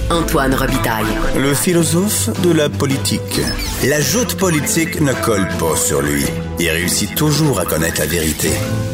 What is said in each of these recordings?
Antoine Robitaille. Le philosophe de la politique. La joute politique ne colle pas sur lui. Il réussit toujours à connaître la vérité.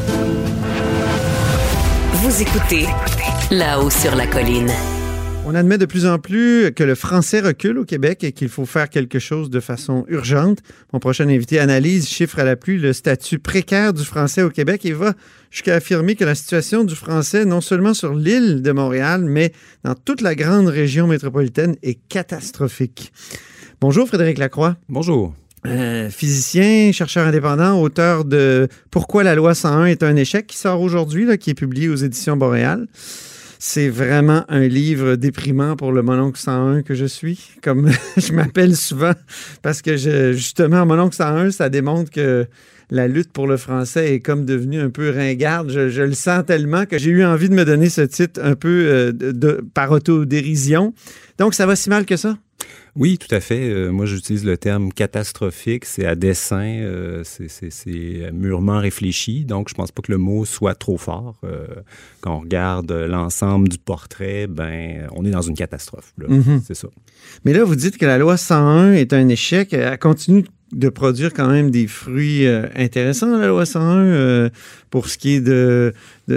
Vous écoutez Là-haut sur la colline. On admet de plus en plus que le français recule au Québec et qu'il faut faire quelque chose de façon urgente. Mon prochain invité analyse, chiffre à l'appui, le statut précaire du français au Québec et va jusqu'à affirmer que la situation du français, non seulement sur l'île de Montréal, mais dans toute la grande région métropolitaine, est catastrophique. Bonjour Frédéric Lacroix. Bonjour. Physicien, chercheur indépendant, auteur de « Pourquoi la loi 101 est un échec » qui sort aujourd'hui, là, qui est publié aux éditions Boréal. C'est vraiment un livre déprimant pour le mononcle 101 que je suis, comme je m'appelle souvent, parce que justement, mononcle 101, ça démontre que la lutte pour le français est comme devenue un peu ringarde. Je le sens tellement que j'ai eu envie de me donner ce titre un peu par autodérision. Donc, ça va si mal que ça? Oui, tout à fait. Moi, j'utilise le terme catastrophique. C'est à dessein, c'est mûrement réfléchi. Donc, je pense pas que le mot soit trop fort. Quand on regarde l'ensemble du portrait, on est dans une catastrophe. Là. Mm-hmm. C'est ça. Mais là, vous dites que la loi 101 est un échec. Elle continue de produire quand même des fruits intéressants, la loi 101, pour ce qui est de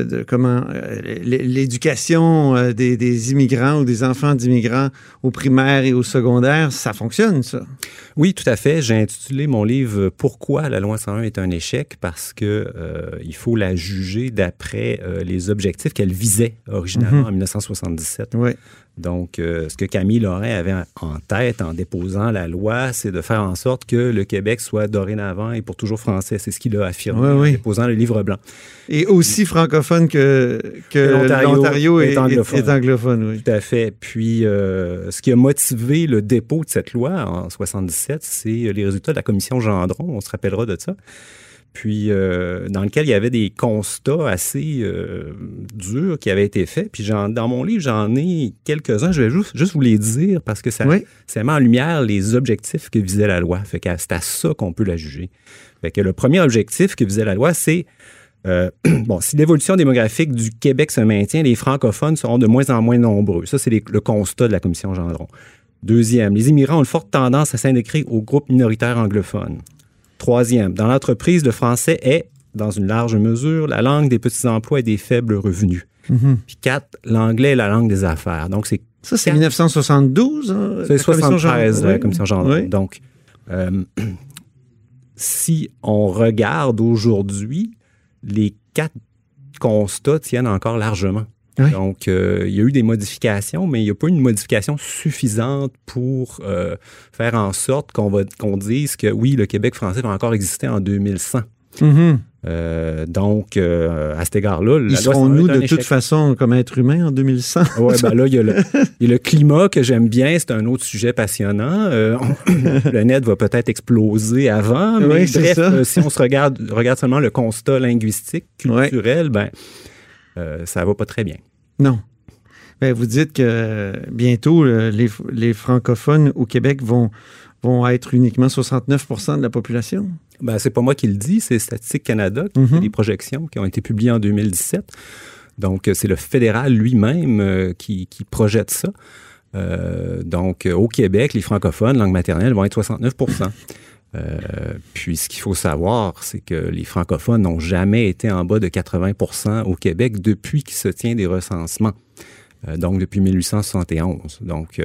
l'éducation des immigrants ou des enfants d'immigrants au primaire et au secondaire. Ça fonctionne, ça? Oui, tout à fait. J'ai intitulé mon livre « Pourquoi la loi 101 est un échec » parce que il faut la juger d'après les objectifs qu'elle visait originalement en 1977. Oui. Donc, ce que Camille Lorrain avait en tête en déposant la loi, c'est de faire en sorte que le Québec soit dorénavant et pour toujours français. C'est ce qu'il a affirmé en déposant le livre blanc. Et aussi francophone que l'Ontario est anglophone. Oui. Tout à fait. Puis, ce qui a motivé le dépôt de cette loi en 77, c'est les résultats de la commission Gendron. On se rappellera de ça. Puis, dans lequel il y avait des constats assez durs qui avaient été faits. Puis, dans mon livre, j'en ai quelques-uns. Je vais juste vous les dire parce que ça met en lumière les objectifs que visait la loi. Fait que c'est à ça qu'on peut la juger. Fait que le premier objectif que visait la loi, c'est si l'évolution démographique du Québec se maintient, les francophones seront de moins en moins nombreux. Ça, c'est le constat de la commission Gendron. Deuxième, les immigrants ont une forte tendance à s'intégrer aux groupes minoritaires anglophones. Troisième, dans l'entreprise, le français est, dans une large mesure, la langue des petits emplois et des faibles revenus. Mm-hmm. Puis 4, l'anglais est la langue des affaires. Donc, c'est 1972? Hein, c'est 73, la commission Gendron. Oui. Donc, si on regarde aujourd'hui, les 4 constats tiennent encore largement. Oui. Donc, il y a eu des modifications, mais il n'y a pas eu une modification suffisante pour faire en sorte qu'on dise que oui, le Québec français va encore exister en 2100. Mm-hmm. Donc, à cet égard-là, ils seront-nous de toute façon comme êtres humains en 2100? Oui, là, il y a le climat que j'aime bien, c'est un autre sujet passionnant. Le planète va peut-être exploser avant, mais bref, si on se regarde seulement le constat linguistique, culturel, ça va pas très bien. Non. Vous dites que bientôt, les francophones au Québec vont être uniquement 69% de la population. C'est pas moi qui le dis, c'est Statistique Canada qui fait des projections qui ont été publiées en 2017. Donc, c'est le fédéral lui-même qui projette ça. Donc, au Québec, les francophones, langue maternelle, vont être 69%. Puis, ce qu'il faut savoir, c'est que les francophones n'ont jamais été en bas de 80% au Québec depuis qu'il se tient des recensements. Donc, depuis 1871. Donc,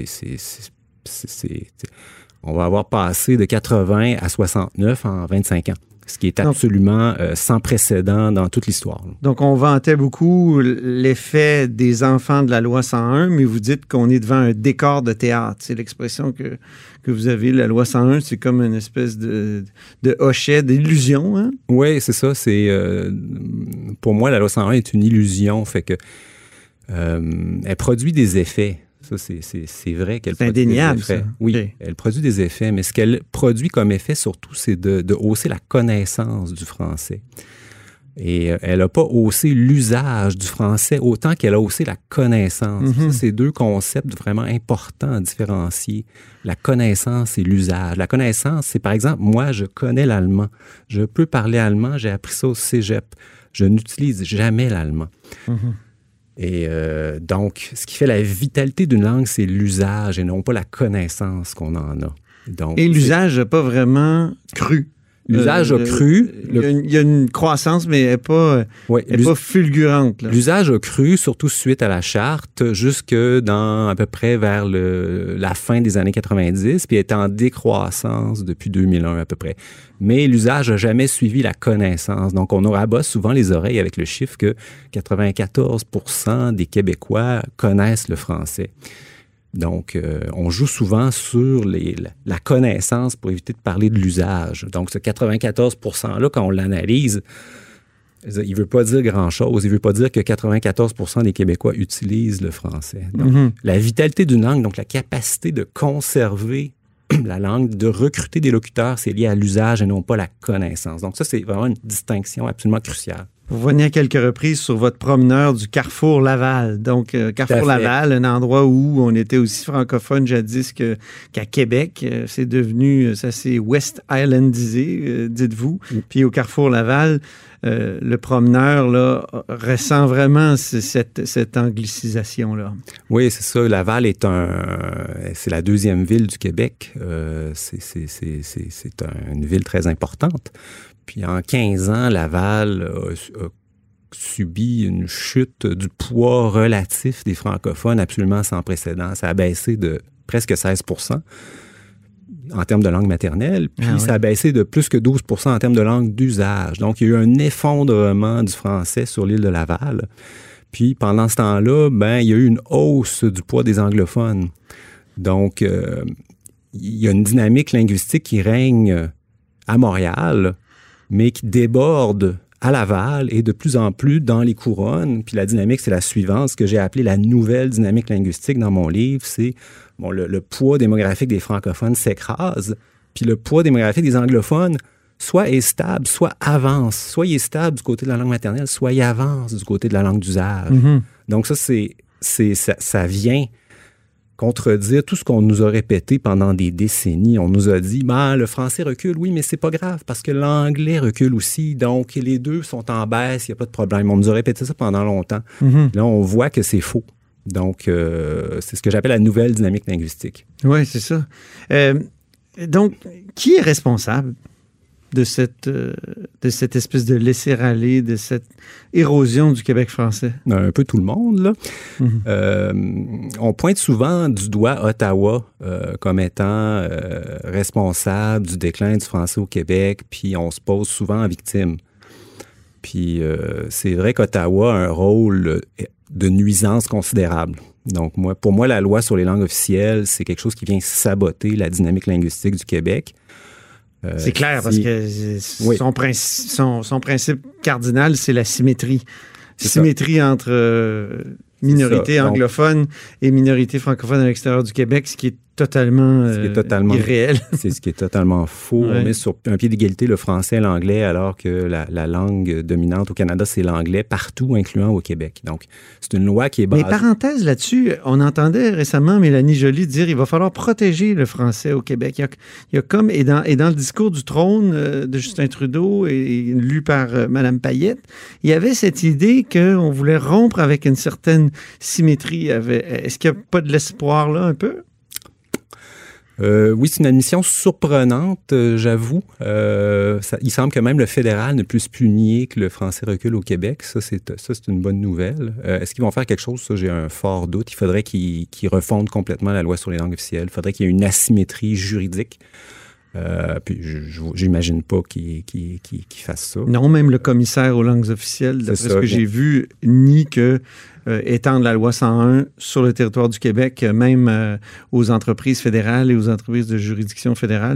on va avoir passé de 80 à 69 en 25 ans, ce qui est absolument sans précédent dans toute l'histoire. Donc, on vantait beaucoup l'effet des enfants de la loi 101, mais vous dites qu'on est devant un décor de théâtre. C'est l'expression que vous avez. La loi 101, c'est comme une espèce de hochet, d'illusion. Hein? Oui, c'est ça. Pour moi, la loi 101 est une illusion. Fait que elle produit des effets. Ça, c'est vrai qu'elle produit des effets. Ça. Oui, okay. Elle produit des effets, mais ce qu'elle produit comme effet, surtout, c'est de hausser la connaissance du français. Et elle n'a pas haussé l'usage du français autant qu'elle a haussé la connaissance. Mm-hmm. Ça, c'est deux concepts vraiment importants à différencier. La connaissance et l'usage. La connaissance, c'est par exemple, moi, je connais l'allemand. Je peux parler allemand, j'ai appris ça au cégep. Je n'utilise jamais l'allemand. Mm-hmm. Et donc, ce qui fait la vitalité d'une langue, c'est l'usage et non pas la connaissance qu'on en a. Donc, et l'usage n'a pas vraiment cru. L'usage a cru. Il y a une croissance, mais elle n'est pas fulgurante. Là. L'usage a cru, surtout suite à la charte, jusque dans à peu près vers la fin des années 90, puis est en décroissance depuis 2001 à peu près. Mais l'usage n'a jamais suivi la connaissance. Donc, on rabat souvent les oreilles avec le chiffre que 94% des Québécois connaissent le français. Donc, on joue souvent sur la connaissance pour éviter de parler de l'usage. Donc, ce 94%-là, quand on l'analyse, il ne veut pas dire grand-chose. Il ne veut pas dire que 94% des Québécois utilisent le français. Donc, la vitalité d'une langue, donc la capacité de conserver la langue, de recruter des locuteurs, c'est lié à l'usage et non pas la connaissance. Donc, ça, c'est vraiment une distinction absolument cruciale. Vous venez à quelques reprises sur votre promeneur du Carrefour Laval. Donc, Carrefour Laval, un endroit où on était aussi francophone jadis qu'à Québec. C'est devenu, ça s'est West Islandisé, dites-vous. Puis au Carrefour Laval, le promeneur là, ressent vraiment cette anglicisation-là. Oui, c'est ça. Laval c'est la deuxième ville du Québec. C'est une ville très importante. Puis en 15 ans, Laval a subi une chute du poids relatif des francophones absolument sans précédent. Ça a baissé de presque 16% en termes de langue maternelle, puis ça a baissé de plus que 12% en termes de langue d'usage. Donc, il y a eu un effondrement du français sur l'île de Laval. Puis, pendant ce temps-là, il y a eu une hausse du poids des anglophones. Donc, il y a une dynamique linguistique qui règne à Montréal, mais qui déborde à Laval et de plus en plus dans les couronnes. Puis la dynamique, c'est la suivante. Ce que j'ai appelé la nouvelle dynamique linguistique dans mon livre, c'est le poids démographique des francophones s'écrase, puis le poids démographique des anglophones soit est stable, soit avance. Soit il est stable du côté de la langue maternelle, soit il avance du côté de la langue d'usage. Mm-hmm. Donc ça vient contredire tout ce qu'on nous a répété pendant des décennies. On nous a dit, le français recule, oui, mais c'est pas grave parce que l'anglais recule aussi. Donc, les deux sont en baisse, il n'y a pas de problème. On nous a répété ça pendant longtemps. Mm-hmm. Là, on voit que c'est faux. Donc, c'est ce que j'appelle la nouvelle dynamique linguistique. Oui, c'est ça. Donc, qui est responsable de cette espèce de laisser-aller, de cette érosion du Québec français? Un peu tout le monde, là. Mm-hmm. On pointe souvent du doigt Ottawa comme étant responsable du déclin du français au Québec, puis on se pose souvent en victime. Puis c'est vrai qu'Ottawa a un rôle de nuisance considérable. Donc, pour moi, la loi sur les langues officielles, c'est quelque chose qui vient saboter la dynamique linguistique du Québec. C'est clair, parce que son principe cardinal, c'est la symétrie. Symétrie entre minorité anglophone et minorité francophone à l'extérieur du Québec, ce qui est totalement irréel. C'est ce qui est totalement faux. On met sur un pied d'égalité le français et l'anglais, alors que la langue dominante au Canada, c'est l'anglais, partout, incluant au Québec. Donc, c'est une loi qui est basée... Mais parenthèse là-dessus, on entendait récemment Mélanie Joly dire qu'il va falloir protéger le français au Québec. Il y a comme, et dans le discours du trône de Justin Trudeau et lu par Mme Payette, il y avait cette idée qu'on voulait rompre avec une certaine symétrie. Est-ce qu'il n'y a pas de l'espoir là un peu? Oui, c'est une admission surprenante, j'avoue. Il semble que même le fédéral ne puisse plus nier que le français recule au Québec. Ça, c'est une bonne nouvelle. Est-ce qu'ils vont faire quelque chose? Ça, j'ai un fort doute. Il faudrait qu'ils refondent complètement la loi sur les langues officielles. Il faudrait qu'il y ait une asymétrie juridique. Puis j'imagine pas qu'ils fassent ça. Non, même le commissaire aux langues officielles, d'après ce que j'ai vu, nie que étendre la loi 101 sur le territoire du Québec, même aux entreprises fédérales et aux entreprises de juridiction fédérale,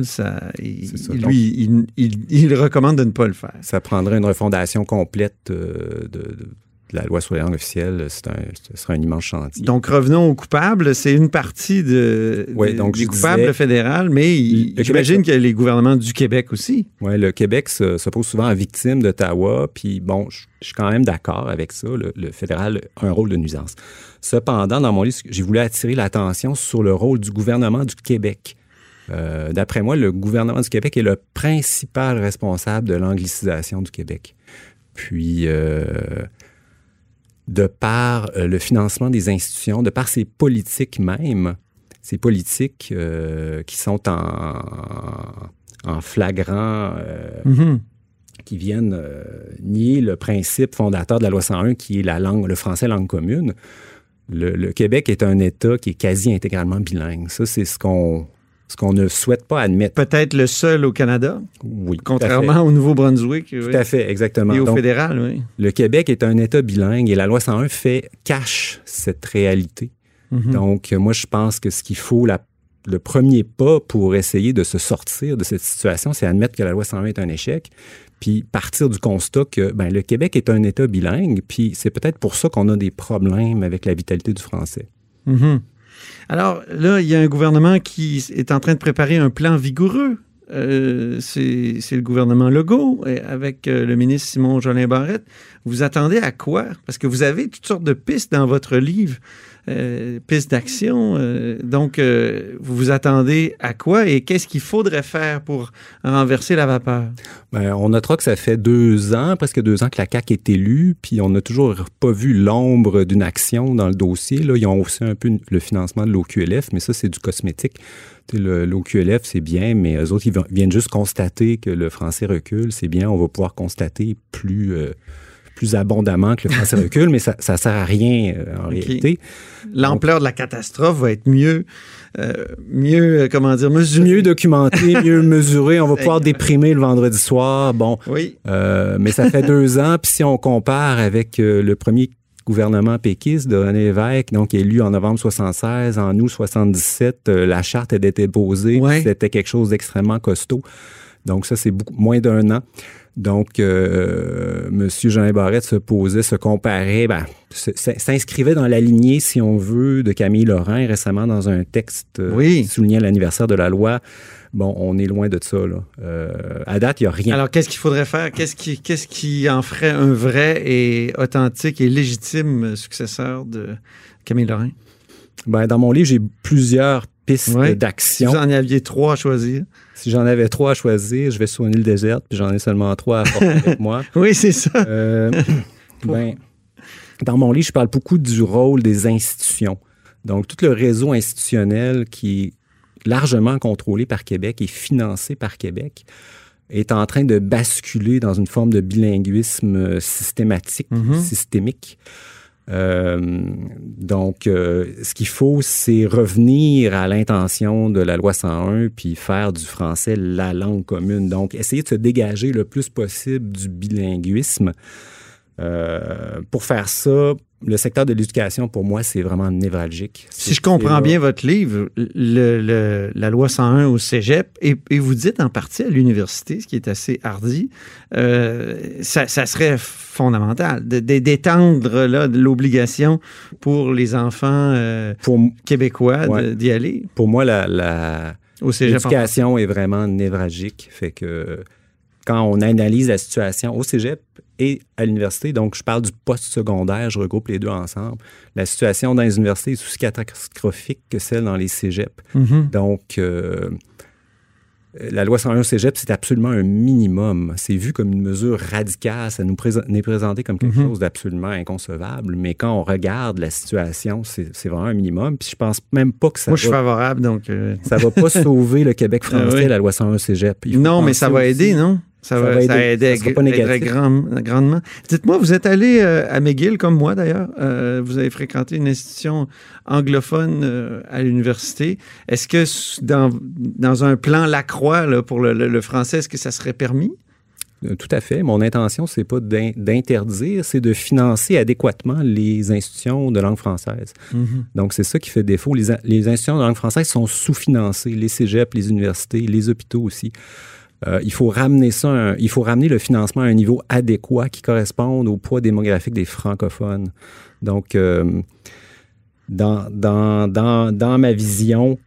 il recommande de ne pas le faire. Ça prendrait une refondation complète de la loi sur les langues officielles. Ce serait un immense chantier. Donc, revenons aux coupables. C'est une partie des coupables fédérales, mais j'imagine qu'il y a les gouvernements du Québec aussi. Oui, le Québec se pose souvent en victime d'Ottawa, puis bon, je suis quand même d'accord avec ça. Le fédéral a un rôle de nuisance. Cependant, dans mon livre, j'ai voulu attirer l'attention sur le rôle du gouvernement du Québec. D'après moi, le gouvernement du Québec est le principal responsable de l'anglicisation du Québec. Puis... de par le financement des institutions, de par ses politiques même, ces politiques qui sont en flagrant, qui viennent nier le principe fondateur de la loi 101, qui est le français langue commune. Le Québec est un État qui est quasi intégralement bilingue. Ça, c'est ce qu'on ne souhaite pas admettre. Peut-être le seul au Canada. Oui. Contrairement au Nouveau-Brunswick. Tout à fait, exactement. Et au Donc, fédéral, oui. Le Québec est un État bilingue et la loi 101 cache cette réalité. Donc, moi, je pense que ce qu'il faut, le premier pas pour essayer de se sortir de cette situation, c'est admettre que la loi 101 est un échec, puis partir du constat que le Québec est un État bilingue, puis c'est peut-être pour ça qu'on a des problèmes avec la vitalité du français. Alors là, il y a un gouvernement qui est en train de préparer un plan vigoureux. C'est le gouvernement Legault avec le ministre Simon Jolin Barrette. Vous attendez à quoi? Parce que vous avez toutes sortes de pistes dans votre livre, pistes d'action. Donc, vous vous attendez à quoi et qu'est-ce qu'il faudrait faire pour renverser la vapeur? On notera que ça fait presque 2 ans que la CAQ est élue, puis on n'a toujours pas vu l'ombre d'une action dans le dossier. Là, ils ont aussi un peu le financement de l'OQLF, mais ça, c'est du cosmétique. L'OQLF, c'est bien, mais eux autres, ils viennent juste constater que le français recule. C'est bien, on va pouvoir constater plus abondamment que le français recule, mais ça ne sert à rien en réalité. L'ampleur de la catastrophe va être mieux mesurée. Mieux documentée, mieux mesurée. On va pouvoir déprimer le vendredi soir. Oui. Mais ça fait 2 ans, puis si on compare avec le premier gouvernement péquiste de René Lévesque, donc élu en novembre 76, en août 77, la charte a été déposée, c'était quelque chose d'extrêmement costaud. Donc ça, c'est moins d'1 an. Donc, M. Jean Barrette se comparait, s'inscrivait dans la lignée, si on veut, de Camille Lorrain récemment dans un texte qui soulignait l'anniversaire de la loi. On est loin de ça, là. À date, il n'y a rien. Alors, qu'est-ce qu'il faudrait faire? Qu'est-ce qui en ferait un vrai et authentique et légitime successeur de Camille Lorrain? Dans mon livre, j'ai plusieurs pistes d'action. Si vous en aviez 3 à choisir. Si j'en avais 3 à choisir, je vais sur une île déserte, puis j'en ai seulement 3 à porter avec moi. Oui, c'est ça. Dans mon livre, je parle beaucoup du rôle des institutions. Donc, tout le réseau institutionnel qui est largement contrôlé par Québec et financé par Québec est en train de basculer dans une forme de bilinguisme systémique. Donc, ce qu'il faut, c'est revenir à l'intention de la loi 101 puis faire du français la langue commune. Donc, essayer de se dégager le plus possible du bilinguisme. Pour faire ça, le secteur de l'éducation, pour moi, c'est vraiment névralgique. Si je comprends bien votre livre, la loi 101 au cégep, et vous dites en partie à l'université, ce qui est assez hardi, ça serait fondamental d'étendre l'obligation pour les enfants québécois d'y aller. Pour moi, l'éducation est vraiment névralgique. Fait que quand on analyse la situation au cégep et à l'université, donc je parle du post-secondaire, je regroupe les deux ensemble, la situation dans les universités est aussi catastrophique que celle dans les cégeps. Donc, la loi 101 au cégep, c'est absolument un minimum. C'est vu comme une mesure radicale, ça nous est présenté comme quelque chose d'absolument inconcevable, mais quand on regarde la situation, c'est vraiment un minimum. Puis je pense même pas que ça Moi, je suis favorable, donc... Ça va pas sauver le Québec français, la loi 101 au cégep. Non, mais ça va aider, non? Ça aiderait grandement. Dites-moi, vous êtes allé à McGill, comme moi d'ailleurs. Vous avez fréquenté une institution anglophone à l'université. Est-ce que dans un plan Lacroix là, pour le français, est-ce que ça serait permis? Tout à fait. Mon intention, c'est pas d'interdire, c'est de financer adéquatement les institutions de langue française. Donc, c'est ça qui fait défaut. Les institutions de langue française sont sous-financées. Les cégeps, les universités, les hôpitaux aussi. Il faut ramener le financement à un niveau adéquat qui corresponde au poids démographique des francophones. Donc, dans ma vision,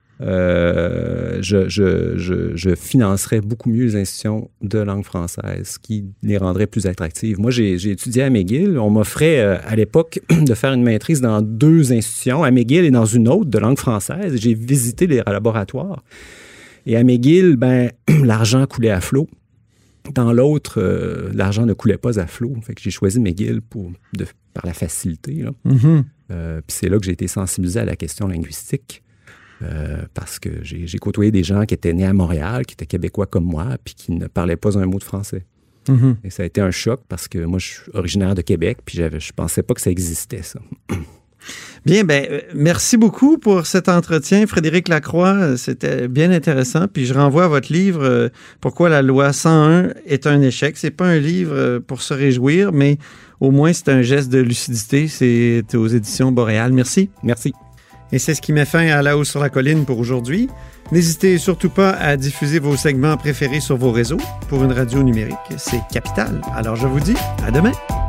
je financerais beaucoup mieux les institutions de langue française, ce qui les rendrait plus attractives. Moi, j'ai étudié à McGill. On m'offrait à l'époque de faire une maîtrise dans 2 institutions, à McGill et dans une autre de langue française. J'ai visité les laboratoires. Et à McGill, l'argent coulait à flot. Dans l'autre, l'argent ne coulait pas à flot. Fait que j'ai choisi McGill par la facilité. Là. Mm-hmm. Puis c'est là que j'ai été sensibilisé à la question linguistique. Parce que j'ai côtoyé des gens qui étaient nés à Montréal, qui étaient québécois comme moi, puis qui ne parlaient pas un mot de français. Mm-hmm. Et ça a été un choc parce que moi, je suis originaire de Québec, puis je pensais pas que ça existait, ça. Bien, merci beaucoup pour cet entretien, Frédéric Lacroix. C'était bien intéressant. Puis je renvoie à votre livre « Pourquoi la loi 101 est un échec ». C'est pas un livre pour se réjouir, mais au moins c'est un geste de lucidité. C'est aux éditions Boréal. Merci. Merci. Et c'est ce qui met fin à La Hausse sur la colline pour aujourd'hui. N'hésitez surtout pas à diffuser vos segments préférés sur vos réseaux. Pour une radio numérique, c'est capital. Alors je vous dis à demain.